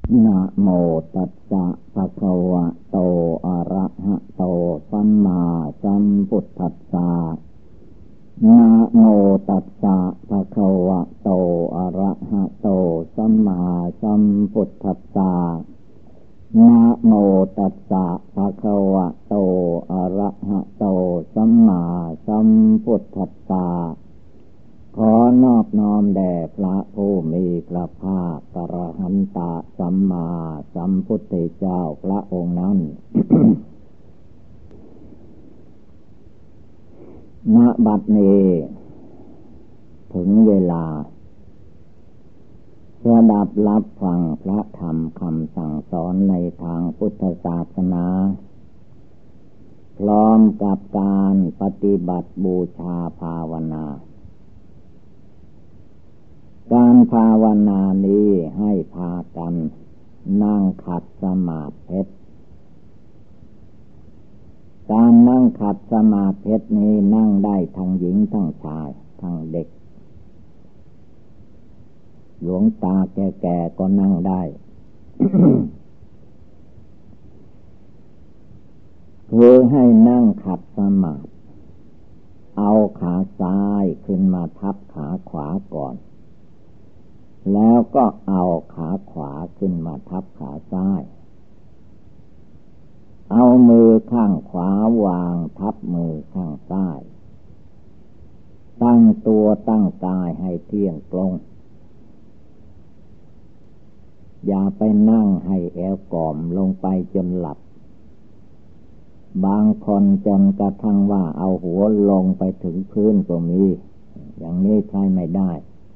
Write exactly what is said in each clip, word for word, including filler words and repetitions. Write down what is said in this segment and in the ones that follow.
นะโมตัสสะภะคะวะโตอะระหะโตสัมมาสัมพุทธัสสะนะโมตัสสะภะคะวะโตอะระหะโตสัมมาสัมพุทธัสสะนะโมตัสสะภะคะวะโตอะระหะโตสัมมาสัมพุทธัสสะขอนอบน้อมแด่พระผู้มีพระภาคอรหันตสัมมาสัมพุทธเจ้าพระองค์นั้น ณ บัดนี้ถึงเวลาสดับรับฟังพระธรรมคำสั่งสอนในทางพุทธศาสนาพร้อมกับการปฏิบัติบูชาภาวนาการภาวนานี้ให้พากันนั่งขัดสมาธิการนั่งขัดสมาธินี้นั่งได้ทั้งหญิงทั้งชายทั้งเด็กหลวงตาแก่ๆก็นั่งได้ คือให้นั่งขัดสมาธิเอาขาซ้ายขึ้นมาทับขาขวาก่อนแล้วก็เอาขาขวาขึ้นมาทับขาซ้ายเอามือข้างขวาวางทับมือข้างซ้ายตั้งตัวตั้งกายให้เที่ยงตรงอย่าไปนั่งให้แอวก่อมลงไปจนหลับบางคนจนกระทั่งว่าเอาหัวลงไปถึงพื้นก็มีอย่างนี้ใช้ไม่ได้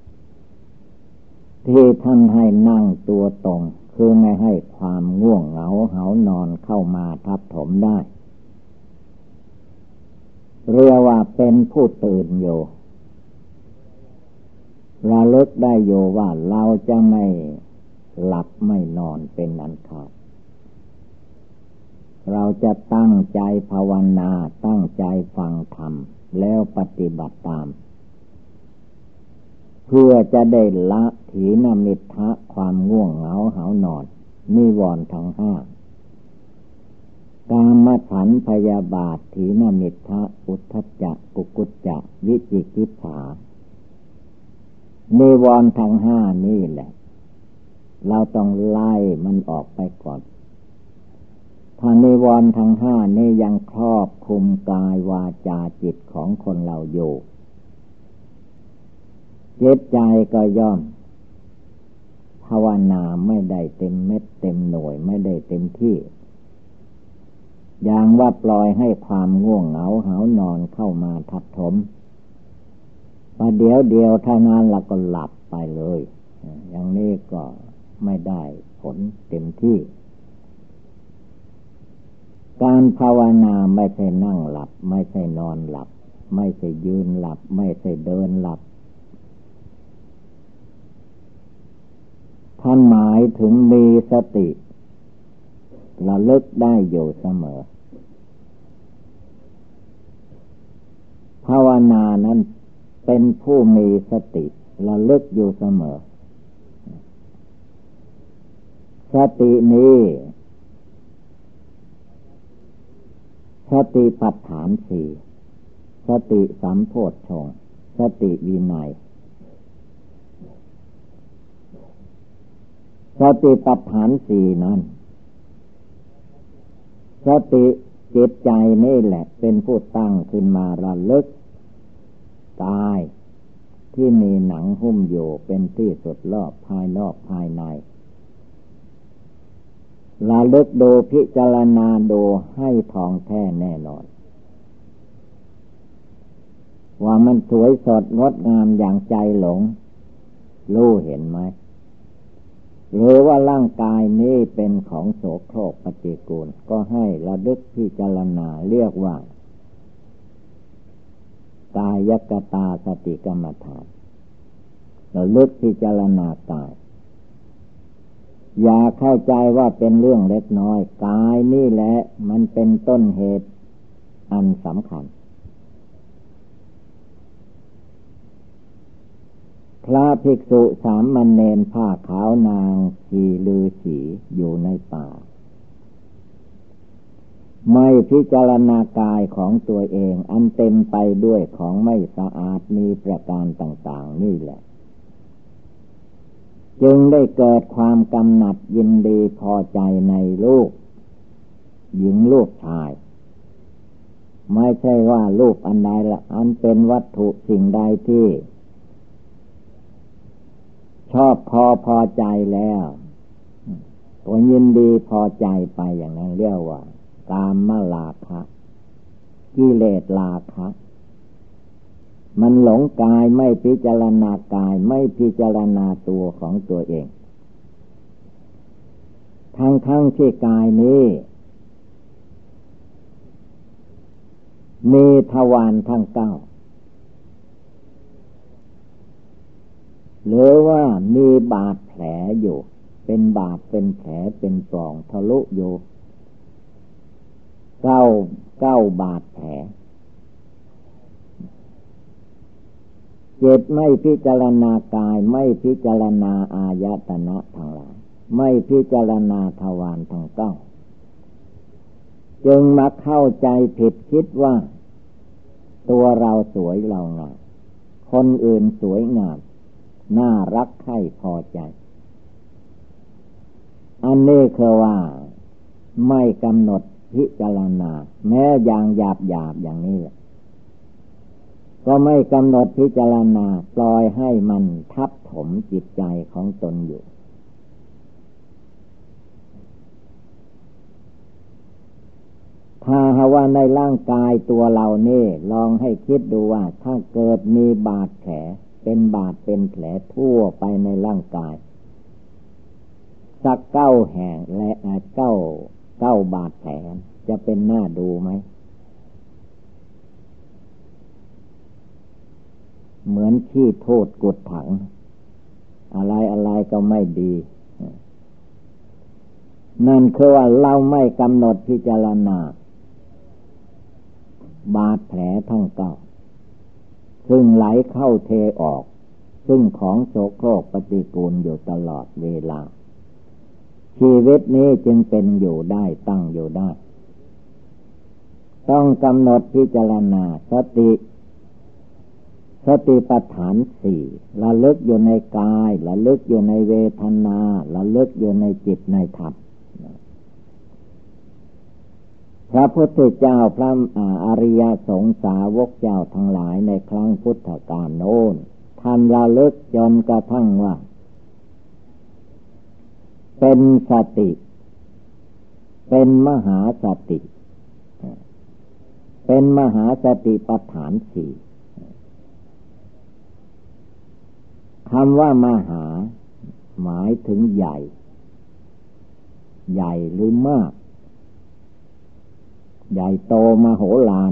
ที่ท่านให้นั่งตัวตรงคือไม่ให้ความง่วงเหงาเหานอนเข้ามาทับถมได้เรียกว่าเป็นผู้ตื่นอยู่ระลึกได้อยู่ว่าเราจะไม่หลับไม่นอนเป็นอันขาดเราจะตั้งใจภาวนาตั้งใจฟังธรรมแล้วปฏิบัติตามเพื่อจะได้ละถีนมิทธะความง่วงเหงาหานอนนิวรณ์ทั้งห้ากามฉันท์พยาบาทถีนมิทธะอุทธัจจะกุกุจจะวิจิกิจฉานิวรณ์ทั้งห้านี่แหละเราต้องไล่มันออกไปก่อนถ้านิวรณ์ทั้งห้านี่ยังครอบคลุมกายวาจาจิตของคนเราอยู่จิตใจก็ย่อมภาวนาไม่ได้เต็มเม็ดเต็มหน่วยไม่ได้เต็มที่อย่างว่าปล่อยให้ความง่วงเหงาหาวนอนเข้ามาทับถมประเดี๋ยวเดียวเท่านั้นเราก็หลับไปเลยอย่างนี้ก็ไม่ได้ผลเต็มที่การภาวนาไม่ใช่นั่งหลับไม่ใช่นอนหลับไม่ใช่ยืนหลับไม่ใช่เดินหลับท่านหมายถึงมีสติระลึกได้อยู่เสมอภาวนานั้นเป็นผู้มีสติระลึกอยู่เสมอสตินี้สติปัฏฐานสี่สติสัมโพชฌงค์สติวินัยสติปัฏฐานสี่นั้นสติจิตใจนี่แหละเป็นผู้ตั้งขึ้นมาระลึกกายที่มีหนังหุ้มอยู่เป็นที่สุดรอบภายนอกภายในระลึกดูพิจารณาดูให้ทองแท้แน่นอนว่ามันสวยสดงดงามอย่างใจหลงรู้เห็นไหมหรือว่าร่างกายนี้เป็นของโสโครกปฏิกูลก็ให้ระลึกพิจารณาเรียกว่ากายกตาสติกรรมฐานระลึกพิจารณากายอย่าเข้าใจว่าเป็นเรื่องเล็กน้อยกายนี่แหละมันเป็นต้นเหตุอันสำคัญพระภิกษุสามเณรผ้าขาวนางชีลือสีอยู่ในป่าไม่พิจารณากายของตัวเองอันเต็มไปด้วยของไม่สะอาดมีประการต่างๆนี่แหละจึงได้เกิดความกำหนัดยินดีพอใจในลูกหญิงลูกชายไม่ใช่ว่าลูกอันใดละอันเป็นวัตถุสิ่งใดที่ชอบพอพอใจแล้วก็ยินดีพอใจไปอย่างนั้นเรียกว่ากามราคะกิเลสราคะมันหลงกายไม่พิจารณากายไม่พิจารณาตัวของตัวเองทั้งทั้งที่กายนี้มีทวารทั้งเก้าหรือว่ามีบาดแผลอยู่เป็นบาดเป็นแผลเป็นปล่องทะลุอยู่เก้าเก้าบาดแผลจิตไม่พิจารณากายไม่พิจารณาอายตนะทั้งหลายไม่พิจารณาทวารทั้งเก้าจึงมาเข้าใจผิดคิดว่าตัวเราสวยเรางามคนอื่นสวยงามน่ารักใคร่พอใจอันนี้คือว่าไม่กำหนดพิจารณาแม้อย่างหยาบหยาบอย่างนี้แหละก็ไม่กำหนดพิจารณาปล่อยให้มันทับถมจิตใจของตนอยู่ถ้าหาว่าในร่างกายตัวเรานี่ลองให้คิดดูว่าถ้าเกิดมีบาดแผลเป็นบาดเป็นแผลทั่วไปในร่างกายสักเก้าแห่งและเก้าเก้าบาดแผลจะเป็นหน้าดูไหมเหมือนขี้โทษกุดถังอะไรอะไรก็ไม่ดีนั่นคือว่าเราไม่กำหนดพิจารณาบาดแผลทั้งเก้าซึ่งไหลเข้าเทออกซึ่งของโสโครกปฏิกูลอยู่ตลอดเวลาชีวิตนี้จึงเป็นอยู่ได้ตั้งอยู่ได้ต้องกำหนดพิจารณาสติสติปัฏฐานสี่ระลึกอยู่ในกายระลึกอยู่ในเวทนาระลึกอยู่ในจิตในธรรมพระพุทธเจ้าพระอริยสงสาวกเจ้าทั้งหลายในครั้งพุทธกาลโน้นท่านระลึกจนกระทั่งว่าเป็นสติเป็นมหาสติเป็นมหาสติปัฏฐานสี่คำว่ามหาหมายถึงใหญ่ใหญ่หรือมากใหญ่โตมโหฬาร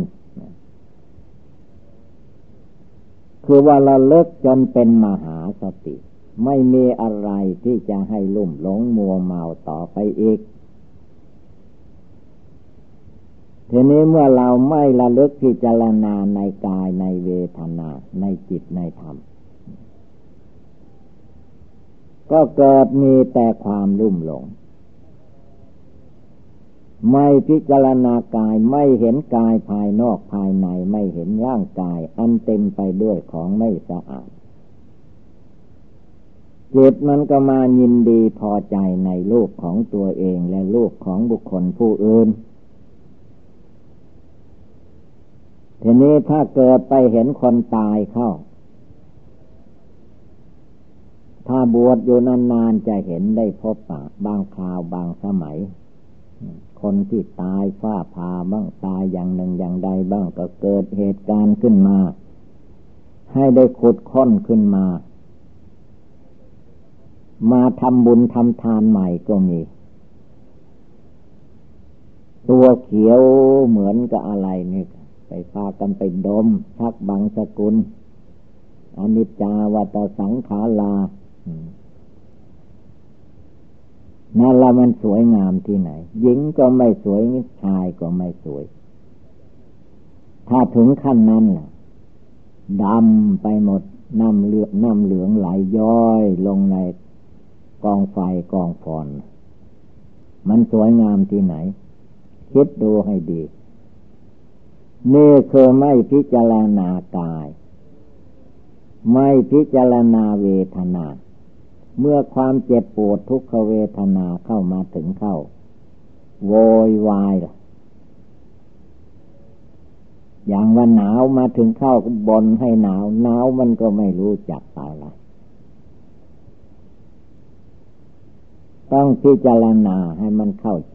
คือว่าระลึกจนเป็นมหาสติไม่มีอะไรที่จะให้ลุ่มหลงมัวเมาต่อไปอีกทีนี้เมื่อเราไม่ระลึกพิจารณาในกายในเวทนาในจิตในธรรมก็เกิดมีแต่ความลุ่มหลงไม่พิจารณากายไม่เห็นกายภายนอกภายในไม่เห็นร่างกายอันเต็มไปด้วยของไม่สะอาดจิตมันก็มายินดีพอใจในรูปของตัวเองและรูปของบุคคลผู้อื่นทีนี้ถ้าเกิดไปเห็นคนตายเข้าถ้าบวชอยู่นานๆจะเห็นได้พบปะบางคราวบางสมัยคนที่ตายฟ้าผ่าบ้างตายอย่างหนึ่งอย่างใดบ้างก็เกิดเหตุการณ์ขึ้นมาให้ได้ขุดค้นขึ้นมามาทำบุญทำทานใหม่ก็มีตัวเขียวเหมือนกับอะไรนี่ไปพากันไปดมชักบังสกุลอนิจจาวัฏสังขารานั่นละมันสวยงามที่ไหนหญิงก็ไม่สวยชายก็ไม่สวยถ้าถึงขั้นนั้นล่ะดำไปหมดน้ำเลือดน้ำเหลืองไหลย้อยลงในกองไฟกองฟอนมันสวยงามที่ไหนคิดดูให้ดีนี่คือไม่พิจารณากายไม่พิจารณาเวทนาเมื่อความเจ็บปวดทุกขเวทนาเข้ามาถึงเข้าโวยวายอย่างว่าหนาวมาถึงเข้าบนให้หนาวหนาวมันก็ไม่รู้จักอะไรต้องพิจารณาให้มันเข้าใจ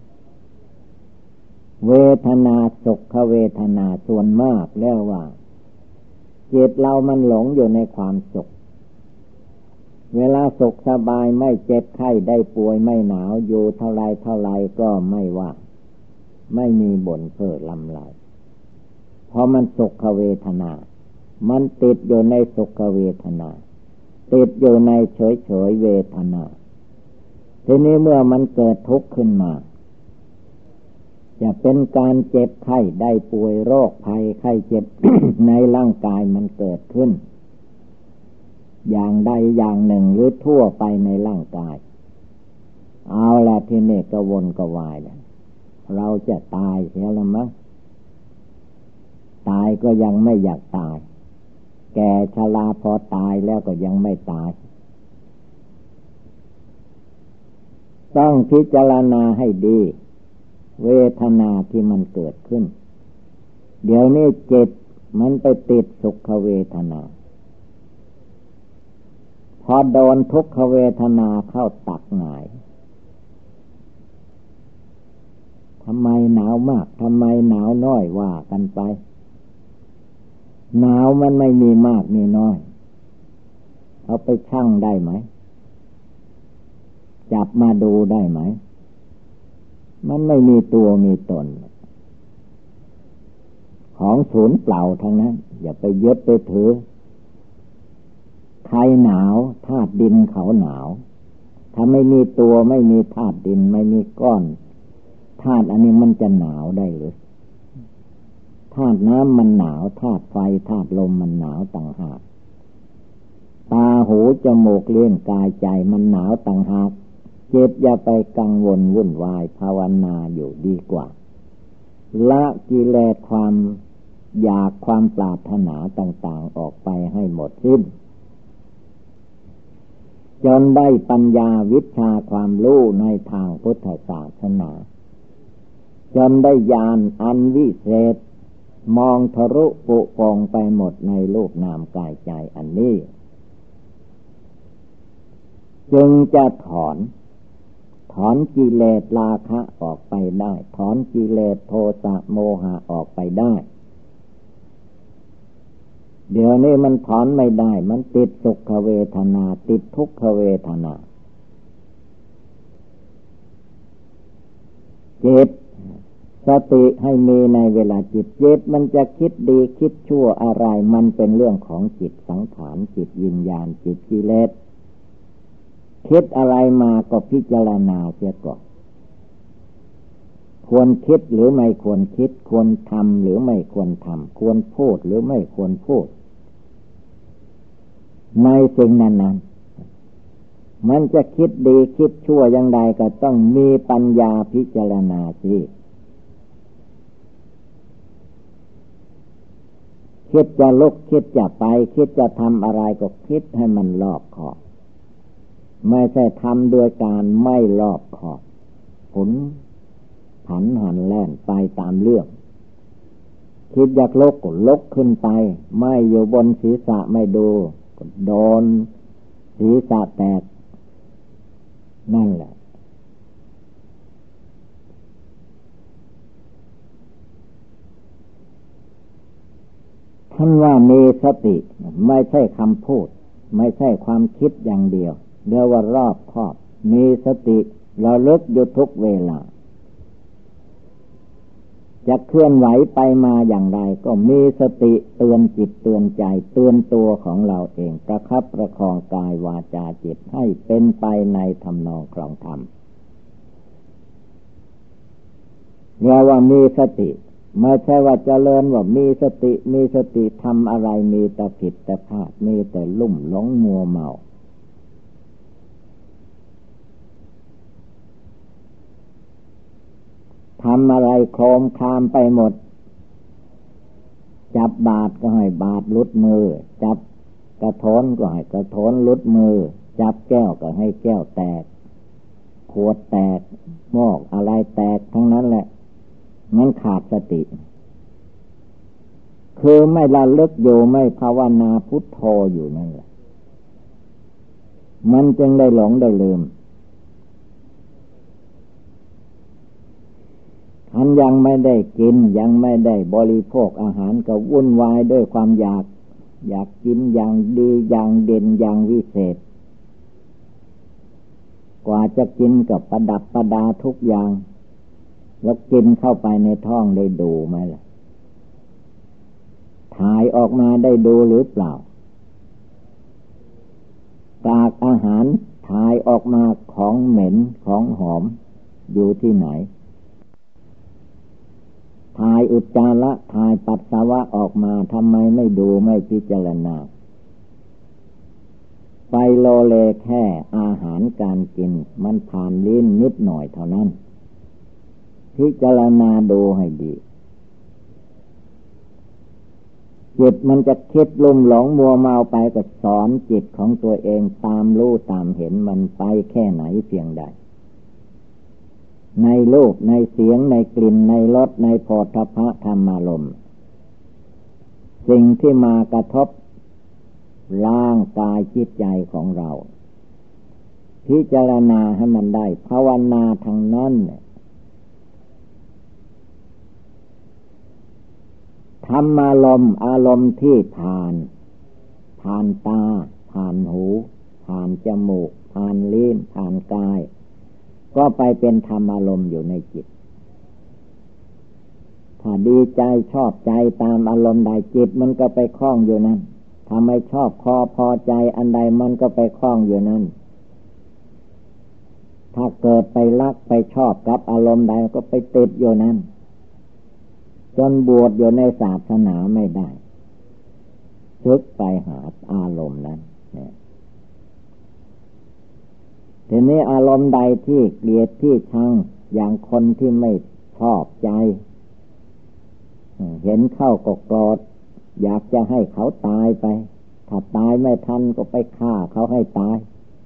เวทนาสุขเวทนาส่วนมากแล้วว่าจิตเรามันหลงอยู่ในความสุขเวลาสุขสบายไม่เจ็บไข้ได้ป่วยไม่หนาวอยู่เท่าไรเท่าไรก็ไม่ว่าไม่มีบ่นเพ้อลำไรเพราะมันสุขเวทนามันติดอยู่ในสุขเวทนาติดอยู่ในเฉยเฉยเวทนาทีนี้เมื่อมันเกิดทุกข์ขึ้นมาจะเป็นการเจ็บไข้ได้ป่วยโรคภัยไข้เจ็บ ในร่างกายมันเกิดขึ้นอย่างใดอย่างหนึ่งหรือทั่วไปในร่างกายเอาละทีนี้กระวนกระวายเนี่ยเราจะตายเสียแล้วมั้งตายก็ยังไม่อยากตายแก่ชราพอตายแล้วก็ยังไม่ตายต้องพิจารณาให้ดีเวทนาที่มันเกิดขึ้นเดี๋ยวนี้จิตมันไปติดสุขเวทนาพอโดนทุกขเวทนาเข้าตักหงายทำไมหนาวมากทำไมหนาวน้อยว่ากันไปหนาวมันไม่มีมากมีน้อยเอาไปชั่งได้ไหมจับมาดูได้ไหมมันไม่มีตัวมีตนของศูนย์เปล่าทั้งนั้นอย่าไปยึดไปถือใครหนาวธาตุดินเขาหนาวถ้าไม่มีตัวไม่มีธาตุดินไม่มีก้อนธาตุอันนี้มันจะหนาวได้หรือธาตุน้ำมันหนาวธาตุไฟธาตุลมมันหนาวต่างหากตาหูจมูกลิ้นกายใจมันหนาวต่างหากจิตอย่าไปกังวลวุ่นวายภาวนาอยู่ดีกว่าละกิเลสความอยากความปรารถนาต่างๆออกไปให้หมดสิ้นจนได้ปัญญาวิชาความรู้ในทางพุทธศาสนาจนได้ญาณอันวิเศษมองทะลุปุโปร่งไปหมดในรูปนามกายใจอันนี้จึงจะถอนถอนกิเลสราคะออกไปได้ถอนกิเลสโทสะโมหะออกไปได้เดี๋ยวนี้มันถอนไม่ได้มันติดสุขเวทนาติดทุกขเวทนาจิตสติให้มีในเวลาจิตจิตมันจะคิดดีคิดชั่วอะไรมันเป็นเรื่องของจิตสังขารจิตวิญญาณจิตกิเลสคิดอะไรมาก็พิจารณาเสียก่อนควรคิดหรือไม่ควรคิดควรทำหรือไม่ควรทำควรพูดหรือไม่ควรพูดในสิ่งนั้นๆมันจะคิดดีคิดชั่วอย่างใดก็ต้องมีปัญญาพิจารณาสิคิดจะลุกคิดจะไปคิดจะทำอะไรก็คิดให้มันรอบคอบไม่ใช่ทำโดยการไม่รอบคอบผลผันหันแล่นไปตามเรื่องคิดอยากลกก็ลกขึ้นไปไม่อยู่บนศีรษะไม่ดูก็โดนศีรษะแตกนั่นแหละท่านว่ามีสติไม่ใช่คำพูดไม่ใช่ความคิดอย่างเดียวเรียกว่ารอบคอบมีสติระลึกอยู่ทุกเวลาจะเคลื่อนไหวไปมาอย่างไรก็มีสติเตือนจิตเตือนใจเตือนตัวของเราเองประคับประคองกายวาจาจิตให้เป็นไปในทำนองครองธรรมเรียกว่ามีสติไม่ใช่ว่าเจริญว่ามีสติมีสติทำอะไรมีแต่ผิดแต่พลาดมีแต่ลุ่มหลงมัวเมาทำอะไรโครมครามไปหมดจับบาตรก็ให้บาตรหลุดมือจับกระโถนก็ให้กระโถนหลุดมือจับแก้วก็ให้แก้วแตกขวดแตกหม้ออะไรแตกทั้งนั้นแหละมันขาดสติคือไม่ระลึกอยู่ไม่ภาวนาพุทโธอยู่นั่นแหละมันจึงได้หลงได้ลืมท่านยังไม่ได้กินยังไม่ได้บริโภคอาหารก็วุ่นวายด้วยความอยากอยากกินอย่างดีอย่างเด่นอย่างวิเศษกว่าจะกินกับประดับประดาทุกอย่างแล้วกินเข้าไปในท้องได้ดูไหมล่ะถ่ายออกมาได้ดูหรือเปล่ากากอาหารถ่ายออกมาของเหม็นของหอมอยู่ที่ไหนถ่ายอุจจาระถ่ายปัสสาวะออกมาทำไมไม่ดูไม่พิจารณาไปโลเลแค่อาหารการกินมันผ่านลิ้นนิดหน่อยเท่านั้นพิจารณาดูให้ดีจิตมันจะคิดลุ่มหลงมัวเมาไปก็สอนจิตของตัวเองตามรู้ตามเห็นมันไปแค่ไหนเพียงใดในรูปในเสียงในกลิ่นในรสในโผฏฐัพพะธรรมารมณ์สิ่งที่มากระทบร่างกายจิตใจของเราพิจารณาให้มันได้ภาวนาทางนั้นธรรมารมณ์อารมณ์ที่ผ่านผ่านตาผ่านหูผ่านจมูกผ่านลิ้นผ่านกายก็ไปเป็นธรรมารมณ์อยู่ในจิตถ้าดีใจชอบใจตามอารมณ์ใดจิตมันก็ไปคล้องอยู่นั้นถ้าไม่ชอบคอพอใจอันใดมันก็ไปคล้องอยู่นั้นถ้าเกิดไปรักไปชอบกับอารมณ์ใดก็ไปติดอยู่นั้นจนบวชอยู่ในศาสนาไม่ได้ซึกไปหาอารมณ์นั้นเนี่ยทีนี้อารมณ์ใดที่เกลียดที่ชังอย่างคนที่ไม่ชอบใจเห็นเข้าก็โกรธอยากจะให้เขาตายไปถ้าตายไม่ทันก็ไปฆ่าเขาให้ตาย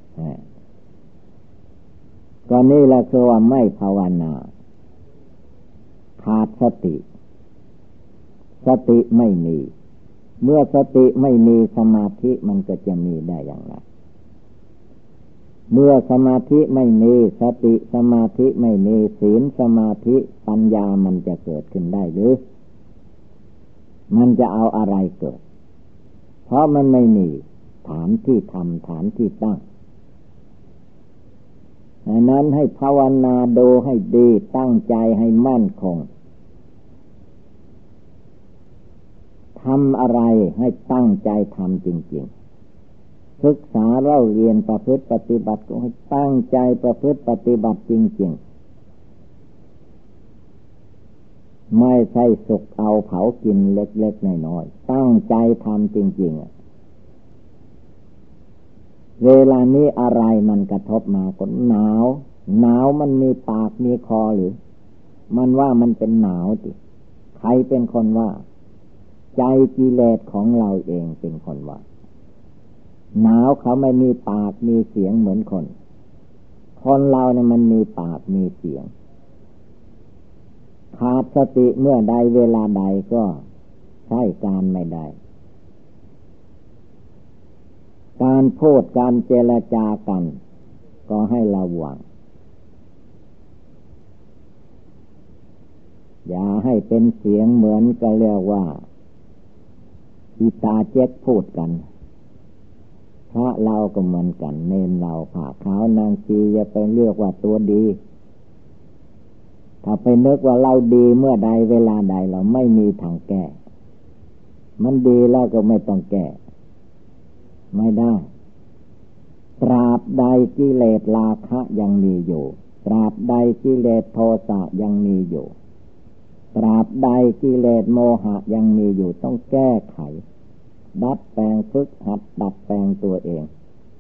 ก็นี่แหละคือว่าไม่ภาวนาขาดสติสติไม่มีเมื่อสติไม่มีสมาธิมันก็จะมีได้อย่างไรเมื่อสมาธิไม่มีสติสมาธิไม่มีศีลสมาธิปัญญามันจะเกิดขึ้นได้หรือมันจะเอาอะไรเกิดเพราะมันไม่มีฐานที่ทำฐานที่ตั้งดังนั้นให้ภาวนาดูให้ดีตั้งใจให้มั่นคงทำอะไรให้ตั้งใจทำจริงๆศึกษาเล่าเรียนประพฤติปฏิบัติก็ให้ตั้งใจประพฤติปฏิบัติจริงๆไม่ใช่สุกเอาเผากินเล็กๆน้อยๆตั้งใจทำจริงๆเวลานี้อะไรมันกระทบมาก็หนาวหนาวมันมีปากมีคอหรือมันว่ามันเป็นหนาวจิใครเป็นคนว่าใจกิเลสของเราเองเป็นคนว่าหนาวเขาไม่มีปากมีเสียงเหมือนคนคนเราเนี่ยมันมีปากมีเสียงขาดสติเมื่อใดเวลาใดก็ใช้การไม่ได้การพูดการเจรจากันก็ให้ระวังอย่าให้เป็นเสียงเหมือนกันเรียกว่าอีตาเจ๊กพูดกันพระเราก็เหมือนกันเนนเราผ่าขาวนางชีอย่าไปเรียกว่าตัวดีถ้าไปนึกว่าเราดีเมื่อใดเวลาใดเราไม่มีทางแก้มันดีแล้วก็ไม่ต้องแก้ไม่ได้ตราบใดกิเลสราคะยังมีอยู่ตราบใดกิเลสโทสะยังมีอยู่ตราบใดกิเลสโมหะยังมีอยู่ต้องแก้ไขดัดแปลงฝึกหัดดัดแปลงตัวเอง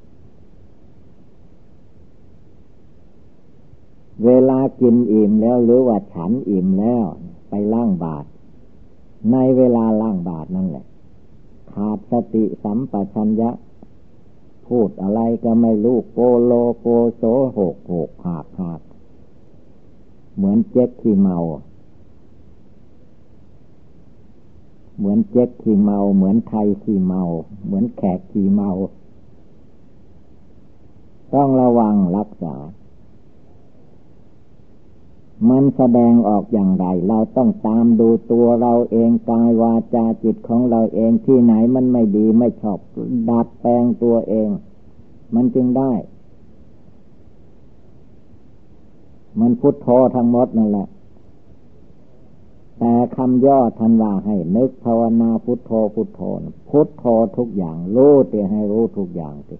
เวลากินอิ่มแล้วหรือว่าฉันอิ่มแล้วไปล้างบาตรในเวลาล้างบาตรนั่นแหละขาดสติสัมปชัญญะพูดอะไรก็ไม่รู้โกโลโกโสโหกโหกหากหากเหมือนเจ๊กขี้เมาเหมือนเจ๊กขี้เมาเหมือนไทยขี้เมาเหมือนแขกขี้เมาต้องระวังรักษามันแสดงออกอย่างไรเราต้องตามดูตัวเราเองกายวาจาจิตของเราเองที่ไหนมันไม่ดีไม่ชอบดัดแปลงตัวเองมันจึงได้มันพุทโธทั้งหมดนั่นแหละแต่คำย่อทันว่าให้นึกภาวนาพุทโธพุทโธพุทโธทุกอย่างรู้แต่ให้รู้ทุกอย่างสิ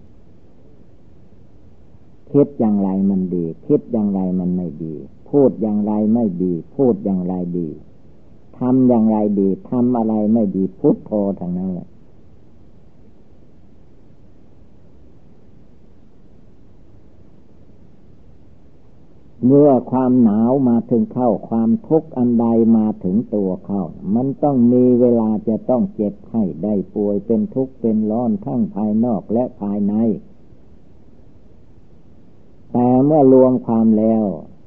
คิดอย่างไรมันดีคิดอย่างไรมันไม่ดีพูดอย่างไรไม่ดีพูดอย่างไรดีทำอย่างไรดีทำอะไรไม่ดีพุทโธทั้งนั้นแหละเมื่อความหนาวมาถึงเข้าความทุกข์อันใดมาถึงตัวเข้ามันต้องมีเวลาจะต้องเจ็บไข้ได้ป่วยเป็นทุกข์เป็นร้อนทั้งภายนอกและภายในแต่เมื่อรวมความแล้ว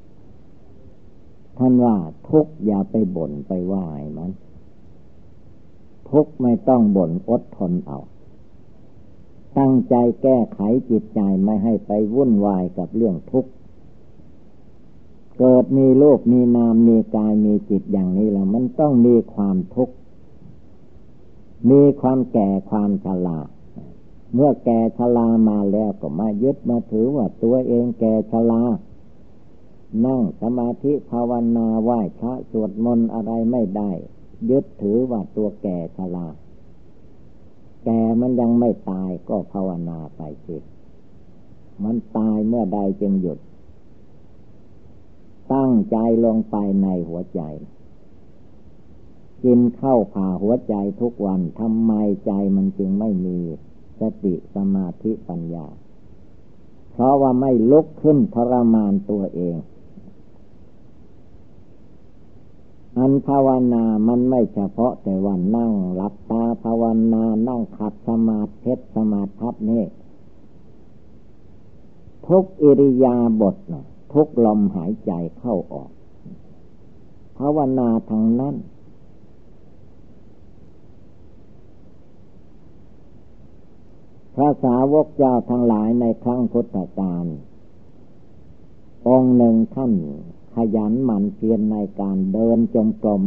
ท่านว่าทุกข์อย่าไปบ่นไปว่ามันทุกข์ไม่ต้องบ่นอดทนเอาตั้งใจแก้ไขจิตใจไม่ให้ไปวุ่นวายกับเรื่องทุกข์เกิดมีรูปมีนามมีกายมีจิตอย่างนี้แล้วมันต้องมีความทุกข์มีความแก่ความชราเมื่อแก่ชรามาแล้วก็มายึดมาถือว่าตัวเองแก่ชรานั่งสมาธิภาวนาไหว้พระสวดมนต์อะไรไม่ได้ยึดถือว่าตัวแก่ชราแก่มันยังไม่ตายก็ภาวนาไปสิมันตายเมื่อใดจึงหยุดตั้งใจลงไปในหัวใจกินข้าวผ่าหัวใจทุกวันทำไมใจมันจึงไม่มีสติสมาธิปัญญาเพราะว่าไม่ลุกขึ้นทรมานตัวเองอันภาวนามันไม่เฉพาะแต่ว่านั่งหลับตาภาวนานั่งขัดสมาธิสมาธินี่ทุกอิริยาบถนะทุกลมหายใจเข้าออกภาวนาทางนั้นพระสาวกเจ้าทั้งหลายในครั้งพุทธกาลองค์หนึ่งท่านขยันหมั่นเพียรในการเดินจงกรม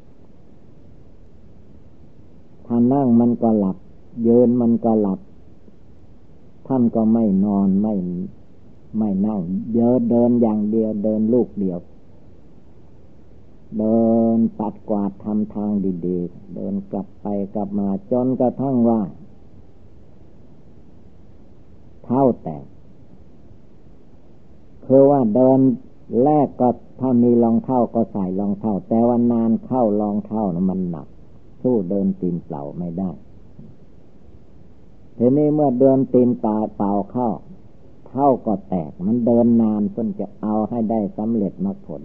ถ้านั่งมันก็หลับยืนมันก็หลับท่านก็ไม่นอนไม่ไม่นั่งเดินเดินอย่างเดียวเดินลูกเดียวเดินปัดกวาดทำทางดีๆเดินกลับไปกลับมาจนกระทั่งว่าเท้าแตกคือว่าเดินแรกก็ถ้ามีรองเท้าก็ใส่รองเท้าแต่ว่านานเข้ารองเท้านะมันหนักสู้เดินตีนเปล่าไม่ได้ทีนี้เมื่อเดินตีนเปล่าเปล่าเข้าเท้าก็แตกมันเดินนานจนจะเอาให้ได้สำเร็จมรรคผล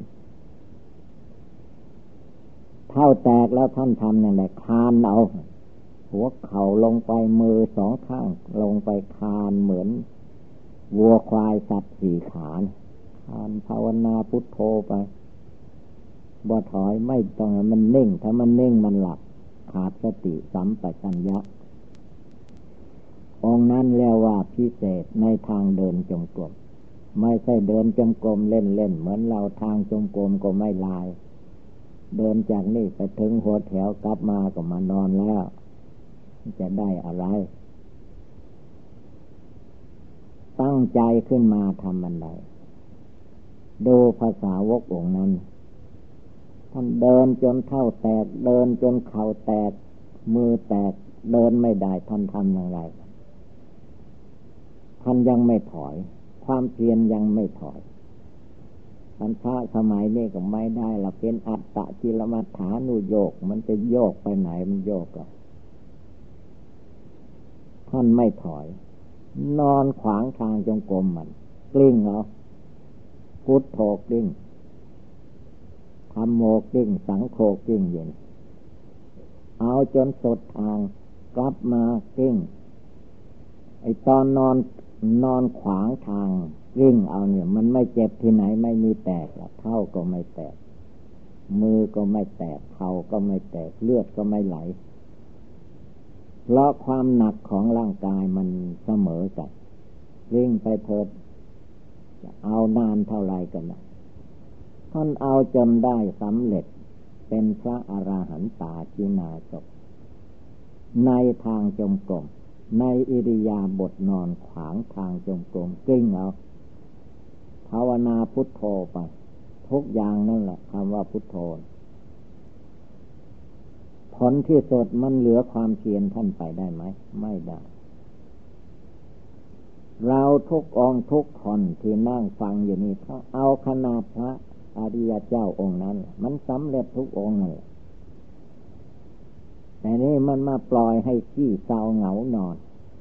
เท้าแตกแล้วท่านทำอย่างไรคานเอาหัวเข่าลงไปมือสองข้างลงไปคานเหมือนวัวควายสัตว์สี่ขาคานภาวนาพุทโธไปบ่ถอยไม่ต้องมันนิ่งถ้ามันนิ่งมันหลับขาดสติสัมปชัญญะองค์นั้นเรียกว่าพิเศษในทางเดินจงกรมไม่ใช่เดินจงกรมเล่นๆเหมือนเราทางจงกรมก็ไม่ลายเดินจากนี่ไปถึงหัวแถวกลับมาก็มานอนแล้วจะได้อะไรตั้งใจขึ้นมาทำมันได้ดูภาษาวกองค์นั้นท่านเดินจนเท้าแตกเดินจนเข่าแตกมือแตกเดินไม่ได้ท่านทำอย่างไรท่านยังไม่ถอยความเพียรยังไม่ถอยท่านพระสมัยนี้ก็ไม่ได้เราเป็นอัตตกิลมัฏฐานุโยกมันจะโยกไปไหนมันโยกก็ท่านไม่ถอยนอนขวางทางจงกรมมันกลิ้งเอาพุทโธกลิ้งธัมโมกลิ้งสังโฆกลิ้งอยู่เอาจนสุดทางกลับมากลิ้งไอตอนนอนนอนขวางทางกลิ้งเอาเนี่ยมันไม่เจ็บที่ไหนไม่มีแตกเท้าก็ไม่แตกมือก็ไม่แตกเข่าก็ไม่แตกเลือดก็ไม่ไหลเพราะความหนักของร่างกายมันเสมอกันวิ่งไปเถิดจะเอานานเท่าไรกันนะท่านเอาจนได้สำเร็จเป็นพระอรหันตาจินาศพในทางจงกรมในอิริยาบถนอนขวางทางจงกรมกลิ้งเอาภาวนาพุทโธไปทุกอย่างนั่นแหละคำว่าพุทโธผลที่สุดมันเหลือความเพียรท่านไปได้ไหมไม่ได้เราทุกองค์ทุกคนที่นั่งฟังอยู่นี่เขาเอาขนาดพระอริยเจ้าองค์นั้นมันสำเร็จทุกองค์นั่นแหละแต่นี่มันมาปล่อยให้ขี้เศร้าเหงานอน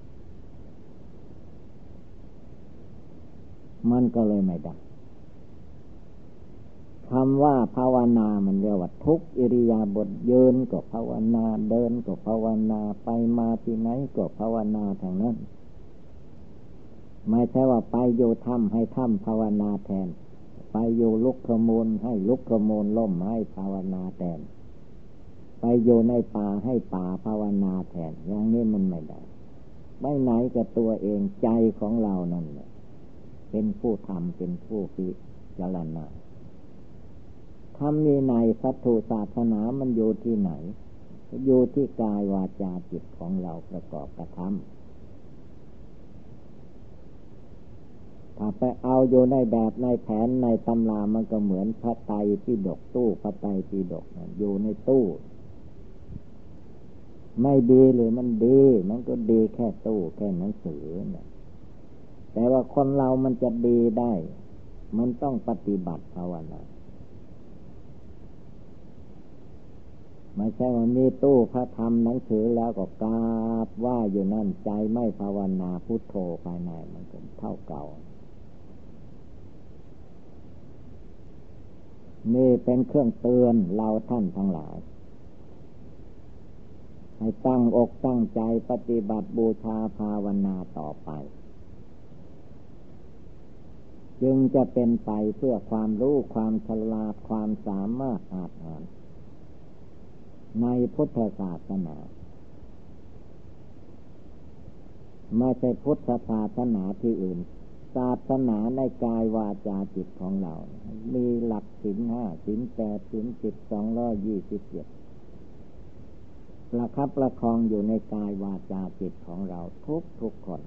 มันก็เลยไม่ได้คำว่าภาวนามันเรียกว่าทุกอิริยาบถยืนก็ภาวนาเดินก็ภาวนาไปมาที่ไหนก็ภาวนาทางนั้นไม่ใช่ว่าไปอยู่ถ้ำให้ถ้ำภาวนาแทนไปอยู่ลุกขมูลให้ลุกขมูลล่มให้ภาวนาแทนไปอยู่ในป่าให้ป่าภาวนาแทนอย่างนี้มันไม่ได้ไม่ไหนกับตัวเองใจของเรานั่นแหละเป็นผู้ทำเป็นผู้พิจารณาทำมีในสัตถุศาสนามันอยู่ที่ไหนอยู่ที่กายวาจาจิตของเราประกอบกระทำถ้าไปเอาอยู่ในแบบในแผนในตำรามันก็เหมือนพระไตรปิฎกตู้พระไตรปิฎกอยู่ในตู้ไม่ดีหรือมันดีมันก็ดีแค่ตู้แค่หนังสือนะแต่ว่าคนเรามันจะดีได้มันต้องปฏิบัติภาวนาไม่ใช่ว่ามีตู้พระธรรมหนังสือแล้วก็กราบว่าอยู่นั่นใจไม่ภาวนาพุทโธภายในมันก็เท่าเก่านี่เป็นเครื่องเตือนเราท่านทั้งหลายให้ตั้งอกตั้งใจปฏิบัติบูชาภาวนาต่อไปจึงจะเป็นไปเพื่อความรู้ความฉลาดความสามารถอาจอ่านในพุทธศาสนาไม่ใช่พุทธศาสนาที่อื่นศาสนาในกายวาจาจิตของเรามีหลักศีลห้าศีลแปดศีลสิบสองร้อยยี่สิบเจ็ดประคับประคองอยู่ในกายวาจาจิตของเราทุกทุกคน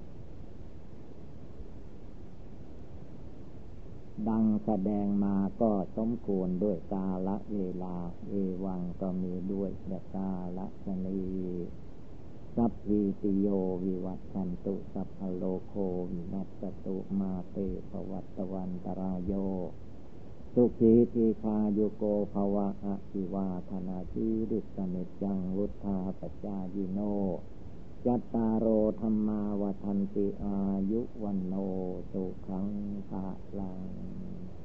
ดังแสดงมาก็สมควรด้วยกาลเวลาเอวังก็มีด้วยกาลชนีสัพพิติโยวิวัชชันตุสัพพโลโควินัสตุมาเตภวัตวันตรายโยสุขีทีคาโยโกภวะอภิวาทนาชีริสเนจังวุธาปจายิโนจัตตารโอธรรมาวทันติอายุวันโนสุขังภะลัง